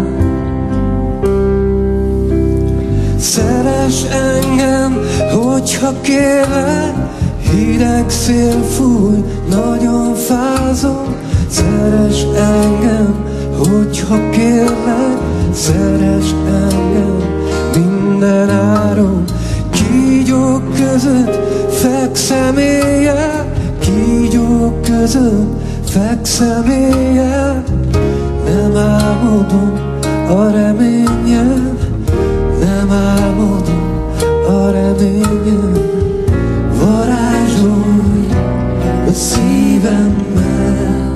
Szeress engem, hogyha kérlek, hideg szél fúj, nagyon fázom. Szeress engem, hogyha kérlek, szeress engem minden áron. Kígyók között fekszem éjjel, kígyók között fekszem éjjel. Nem álmodom a reményem, nem álmodom a reményem. Varázsolj a szívemmel,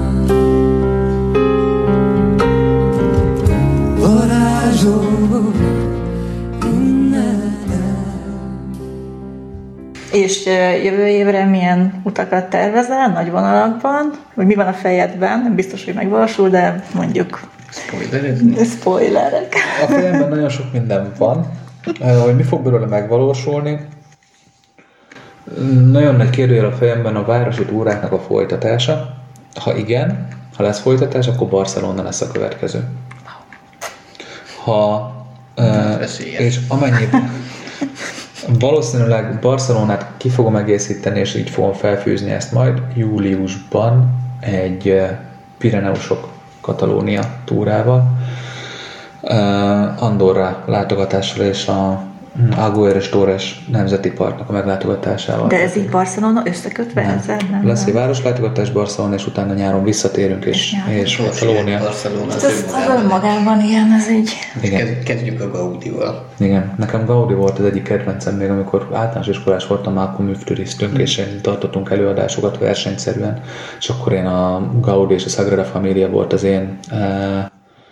varázsolj innen. És jövő évre milyen utakat tervezel, nagy vonalakban? Vagy mi van a fejedben? Nem biztos, hogy megvalósul, de mondjuk spoilerezni. Spoilerek. A fejemben nagyon sok minden van, hogy mi fog belőle megvalósulni. Nagyon nagy kérdőjel a fejemben a városi túráknak a folytatása. Ha igen, ha lesz folytatás, akkor Barcelona lesz a következő. Ha uh, és amennyiben valószínűleg Barcelonát ki fogom egészíteni, és így fogom felfűzni ezt majd júliusban egy uh, Pireneusok Katalónia túrával, uh, Andorra látogatással és a Algueres Torres nemzeti parknak a meglátogatásával. De ez így Barcelona összekötve ezzel? Nem, lesz egy városlátogatás Barcelona, és utána nyáron visszatérünk, és, és Katalónia. Barcelona az, az önmagában ilyen, ez így. Igen. Kezdjük a Gaudival. Igen, nekem Gaudi volt az egyik kedvencem még, amikor általános iskolás voltam, már akkor művturisztünk, hmm. és én tartottunk előadásokat versenyszerűen, és akkor én a Gaudi és a Sagrada Familia volt az én uh,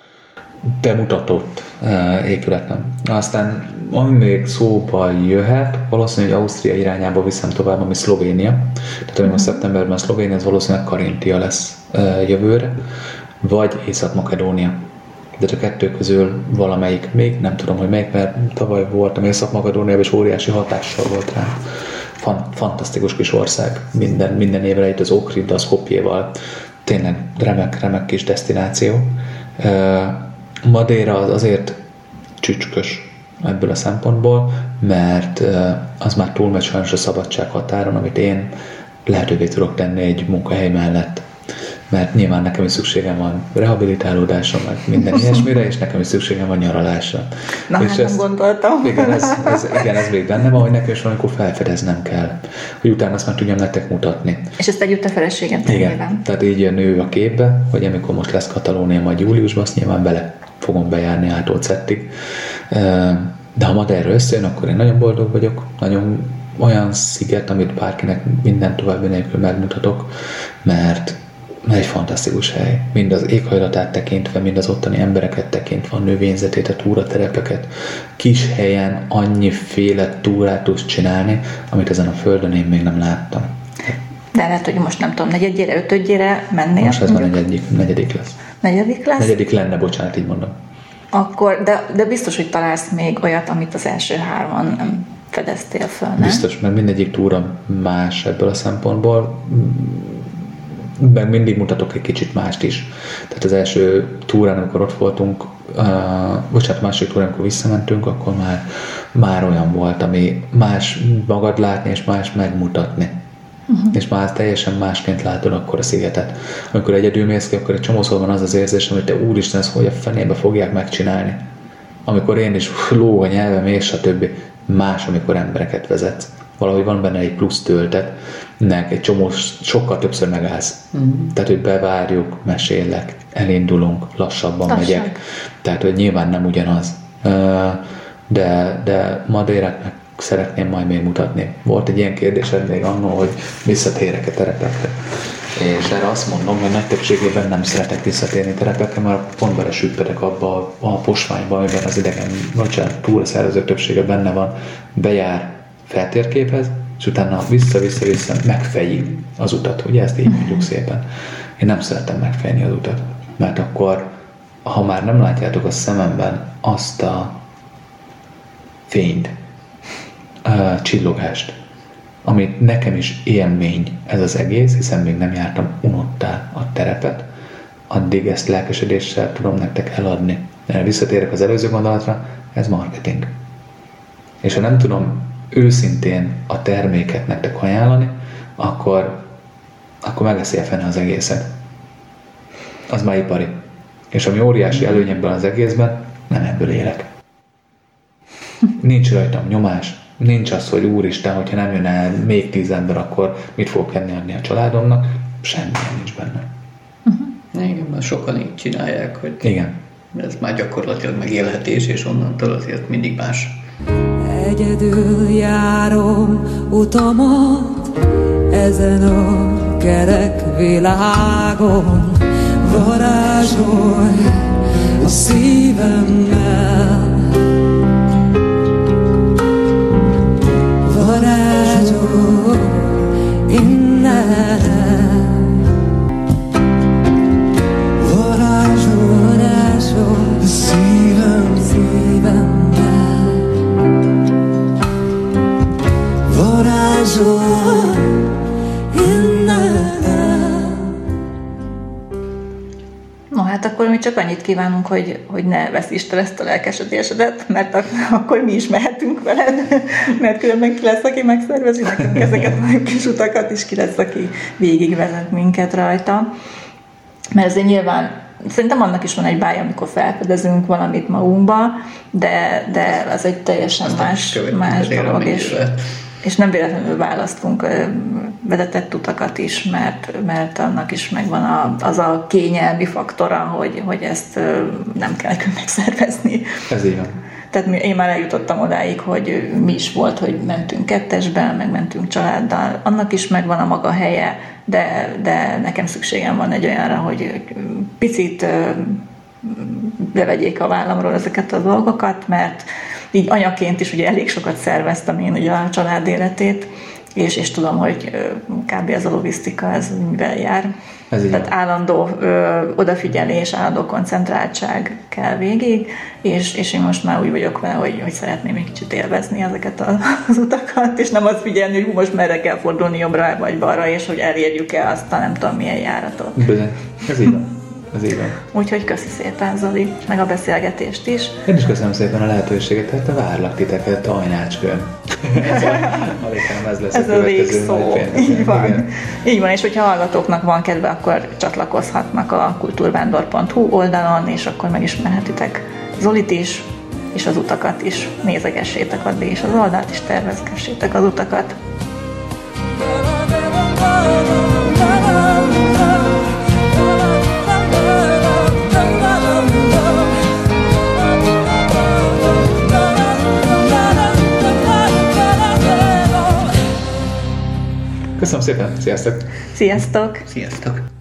bemutatott uh, épületem. Aztán ami még szóba jöhet, valószínűleg Ausztria irányába viszem tovább, ami Szlovénia. Tehát amikor uh-huh. szeptemberben Szlovénia, ez valószínűleg Karintia lesz uh, jövőre, vagy Észak-Makedónia. De a kettő közül valamelyik még, nem tudom, hogy melyik, mert tavaly voltam Észak-Makedóniában, és óriási hatással volt rá. Fan, fantasztikus kis ország, minden, minden évre itt az Ohrid, a Skopjéval. Tényleg remek, remek kis desztináció. Uh, Madeira az azért csücskös ebből a szempontból, mert az már túlmegy sajnos a szabadság határon, amit én lehetővé tudok tenni egy munkahely mellett. Mert nyilván nekem is szükségem van rehabilitálódásra, meg minden ilyesmire, és nekem is szükségem van nyaralásra. Na, és hát ezt, nem gondoltam. Igen ez, ez, igen, ez még benne van, hogy nekem is valamikor felfedeznem kell, hogy utána azt már tudjam nektek mutatni. És ezt együtt a feleségem Igen, nyilván. Tehát így jön ő a képbe, hogy amikor most lesz Katalónia majd júliusban, azt nyilván bele fogom bejárni ától cettig. De ha Madeira összejön, akkor én nagyon boldog vagyok, nagyon olyan sziget, amit bárkinek minden további nélkül megmutatok, mert egy fantasztikus hely. Mind az éghajlatát tekintve, mind az ottani embereket tekintve, a növényzetét, a túraterepeket. Kis helyen annyiféle túrát tudsz csinálni, amit ezen a földön én még nem láttam. De lehet, hogy most nem tudom, negyedjére, ötödjére mennél. Most ez már negyedik, negyedik lesz. Negyedik lesz? Negyedik lenne, bocsánat, így mondom. Akkor, de, de biztos, hogy találsz még olyat, amit az első hárman nem fedeztél föl, nem? Biztos, mert mindegyik túra más ebből a szempontból. Meg mindig mutatok egy kicsit mást is. Tehát az első túrán, amikor ott voltunk, uh, bocsánat, másik túrán, amikor visszamentünk, akkor már, már olyan volt, ami más magad látni, és más megmutatni. Uh-huh. És már teljesen másként látod akkor a szigetet. Amikor egyedül mész ki, akkor egy csomószor van az az érzés, hogy te úristen, ezt hogy a fenébe fogják megcsinálni. Amikor én is lóg a nyelvem, és stb. Más, amikor embereket vezetsz. Valahogy van benne egy plusz töltet, nek egy csomó, sokkal többször megállsz. Uh-huh. Tehát, hogy bevárjuk, mesélek, elindulunk, lassabban Lassan. megyek. Tehát, hogy nyilván nem ugyanaz. De, de Madeirát meg szeretném majd még mutatni. Volt egy ilyen kérdésed még annól, hogy visszatérek-e terepekre. És erre azt mondom, hogy nagy többségében nem szeretek visszatérni terepekre, mert pont belesüppedek abba a posványba, amiben az idegen, bocsánat, túraszervezők többsége benne van, bejár feltérképhez, és utána vissza-vissza-vissza megfeji az utat. Ugye ezt így mondjuk szépen. Én nem szeretem megfejni az utat, mert akkor, ha már nem látjátok a szememben azt a fényt, a csillogást, amit nekem is élmény ez az egész, hiszen még nem jártam unottál a terepet, addig ezt lelkesedéssel tudom nektek eladni. De visszatérek az előző gondolatra, ez marketing. És ha nem tudom őszintén a terméket nektek ajánlani, akkor, akkor megeszi a fene az egészet. Az már ipari. És ami óriási előny ebben az egészben, nem ebből élek. Nincs rajtam nyomás, nincs az, hogy úristen, hogyha nem jön el még tíz ember, akkor mit fogok enni adni a családomnak, semmilyen nincs benne. Uh-huh. Igen, mert sokan így csinálják, hogy Igen. ez már gyakorlatilag megélhetés, és onnantól azért mindig más. Egyedül járom utamat ezen a kerek világon, varázsolj a szívemmel, varázsolj innen, varázsolj, varázsolj a szívem, szívemmel, varázsolj innen. No hát akkor mi csak annyit kívánunk, hogy, hogy ne veszítsd el ezt a lelkesedésedet, mert akkor mi is mehetünk veled, mert különben ki lesz, aki megszervezi nekünk ezeket a kis utakat, és ki lesz, aki végigvezet minket rajta. Mert azért nyilván szerintem annak is van egy bája, amikor felfedezünk valamit magunkba, de, de az egy teljesen Aztán más, más dolog, és, és nem véletlenül választunk vezetett utakat is, mert, mert annak is megvan a, az a kényelmi faktora, hogy, hogy ezt nem kell nekünk megszervezni. Ez így van. Tehát én már eljutottam odáig, hogy mi is volt, hogy mentünk kettesben, meg mentünk családdal. Annak is megvan a maga helye, de, de nekem szükségem van egy olyanra, hogy picit levegyék a vállamról ezeket a dolgokat, mert így anyaként is ugye elég sokat szerveztem én ugye a család életét, és, és tudom, hogy kb. Ez a logisztika, ez mivel jár. Ez Tehát ilyen. állandó ö, odafigyelés, állandó koncentráltság kell végig, és, és én most már úgy vagyok vele, hogy, hogy szeretném egy kicsit élvezni ezeket az utakat, és nem azt figyelni, hogy most merre kell fordulni jobbra vagy balra, és hogy elérjük-e azt a nem tudom milyen járatot. Bizony. Ez így van. Ez így van. Úgyhogy köszi szépen, Zoli, meg a beszélgetést is. Én is köszönöm szépen a lehetőséget, hát várlak titeket Ajnácskön. ez, a, ez lesz ez a következő szó. Így van. Igen. Így van, és hogyha hallgatóknak van kedve, akkor csatlakozhatnak a kulturvándor pont hu oldalon, és akkor megismerhetitek Zolit is, és az utakat is. Nézegessétek addig is az oldalt, és tervezgessétek az utakat. Köszönöm szépen, sziasztok! Sziasztok! Sziasztok!